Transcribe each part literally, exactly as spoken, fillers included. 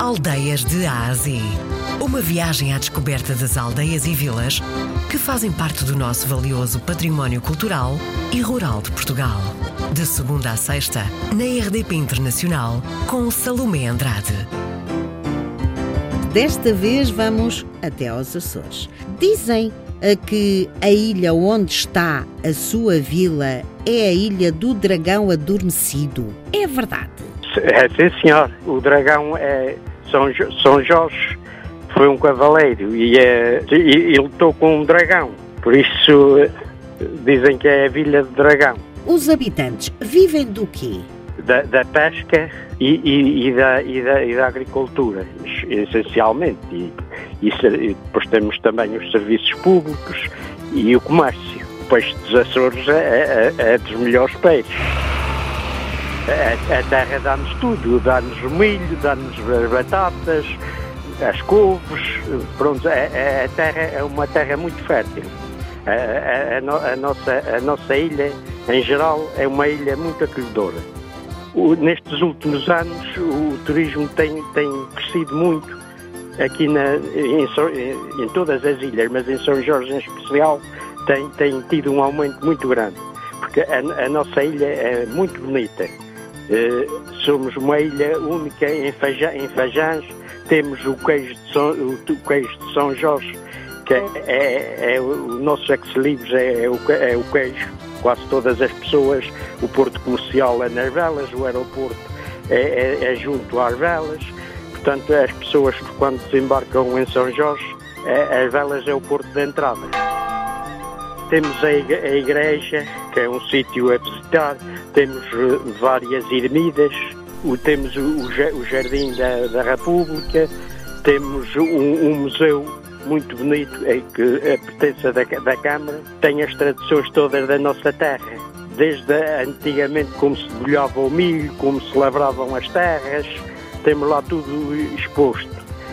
Aldeias de A a Z. Uma viagem à descoberta das aldeias e vilas que fazem parte do nosso valioso património cultural e rural de Portugal. De segunda a sexta, na R D P Internacional, com Salomé Andrade. Desta vez vamos até aos Açores. Dizem que a ilha onde está a sua vila é a Ilha do Dragão Adormecido. É verdade? É, sim, senhor. O dragão é São, jo- São Jorge, foi um cavaleiro e, é, e, e lutou com um dragão. Por isso dizem que é a Vila do Dragão. Os habitantes vivem do quê? Da, da pesca e, e, e, da, e, da, e da agricultura, essencialmente. E, e, e depois temos também os serviços públicos e o comércio. O peixe dos Açores é, é, é dos melhores peixes. A, a terra dá-nos tudo, dá-nos o milho, dá-nos as batatas, as couves. Pronto, a, a, a terra é uma terra muito fértil. A, a, a, no, a, nossa, a nossa ilha, em geral, é uma ilha muito acolhedora. O, nestes últimos anos o turismo tem, tem crescido muito aqui na, em, em, em todas as ilhas, mas em São Jorge em especial tem, tem tido um aumento muito grande, porque a, a nossa ilha é muito bonita. Uh, somos uma ilha única em, Faja, em Fajãs, temos o queijo de São, o, o queijo de São Jorge, que é, é, é o nosso ex-libris, é, é, o, é o queijo. Quase todas as pessoas, o porto comercial é nas velas, o aeroporto é, é, é junto às velas, portanto as pessoas quando desembarcam em São Jorge, é, as velas é o porto de entrada. Temos a, a igreja, que é um sítio a visitar, temos uh, várias ermidas, o, temos o, o Jardim da, da República, temos um, um museu muito bonito, é que a pertença da, da Câmara, tem as tradições todas da nossa terra, desde antigamente como se debulhava o milho, como se lavravam as terras, temos lá tudo exposto.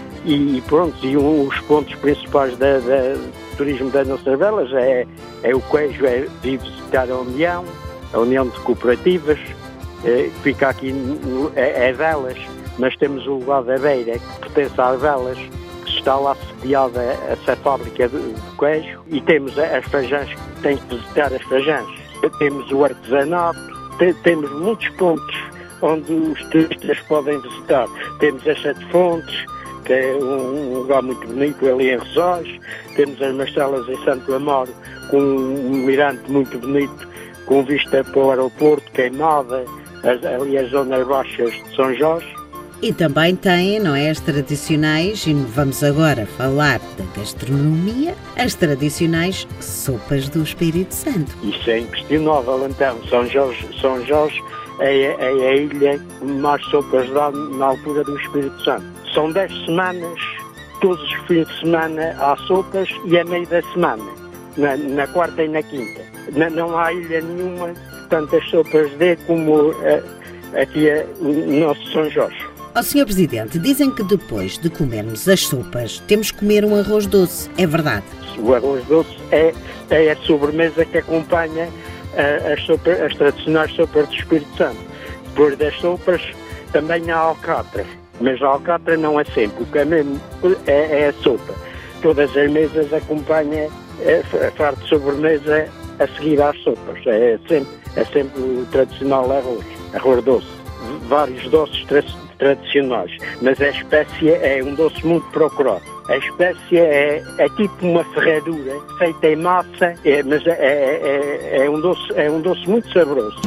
E pronto, e um, os pontos principais da, da, do turismo das nossas velas é, é o queijo, é de visitar a União, a União de Cooperativas, é, fica aqui, no, é, é velas, mas temos o lugar da Beira, que pertence às velas, está lá sediada essa fábrica de, de queijo, e temos as Fajãs, que tem que visitar as Fajãs. Temos o artesanato, te, temos muitos pontos onde os turistas podem visitar. Temos as Sete Fontes, que é um, um lugar muito bonito ali em Rosós, temos as Marcelas em Santo Amaro, com um mirante muito bonito, com vista para o aeroporto, Queimada, as, ali as zonas baixas de São Jorge. E também tem, não é, as tradicionais, e vamos agora falar da gastronomia, as tradicionais sopas do Espírito Santo. Isso é inquestionável, então. São Jorge, São Jorge é, é a ilha que mais sopas dá na altura do Espírito Santo. São dez semanas, todos os fins de semana há sopas e a meio da semana, na, na quarta e na quinta. Na, não há ilha nenhuma tantas sopas dê como uh, aqui é o nosso São Jorge. Ó senhor Presidente, dizem que depois de comermos as sopas, temos que comer um arroz doce. É verdade? O arroz doce é, é a sobremesa que acompanha uh, as, sopas, as tradicionais sopas do Espírito Santo. Depois das sopas também há alcatra, mas a alcatra não é sempre, o que é mesmo é, é a sopa. Todas as mesas acompanham a parte de sobremesa a seguir às sopas. É sempre, é sempre o tradicional arroz, arroz doce. Vários doces tradicionais. tradicionais, mas a espécie é um doce muito procurado. A espécie é, é tipo uma ferradura feita em massa, é, mas é, é, é, um doce, é um doce muito saboroso.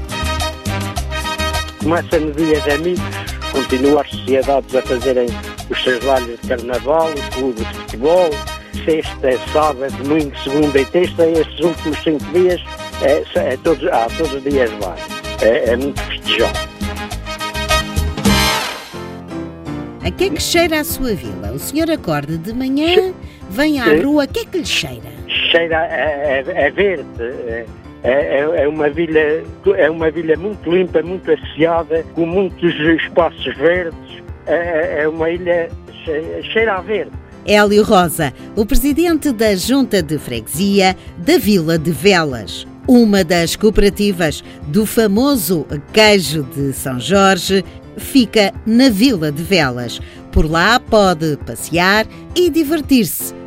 Começa no dia de amigos, continua as sociedades a fazerem os seus bailes de carnaval, os clubes de futebol, sexta, sábado, domingo, segunda e terça, e estes últimos cinco dias, é, é todos, há todos os dias baile. É, é muito festejado. A que é que cheira a sua vila? O senhor acorda de manhã, vem à rua, a que é que lhe cheira? Cheira a, a, a verde, é, é, é, uma vila, é uma vila muito limpa, muito associada, com muitos espaços verdes, é, é uma ilha cheira a verde. Hélio Rosa, o presidente da Junta de Freguesia da Vila de Velas, uma das cooperativas do famoso queijo de São Jorge, fica na Vila de Velas. Por lá pode passear e divertir-se.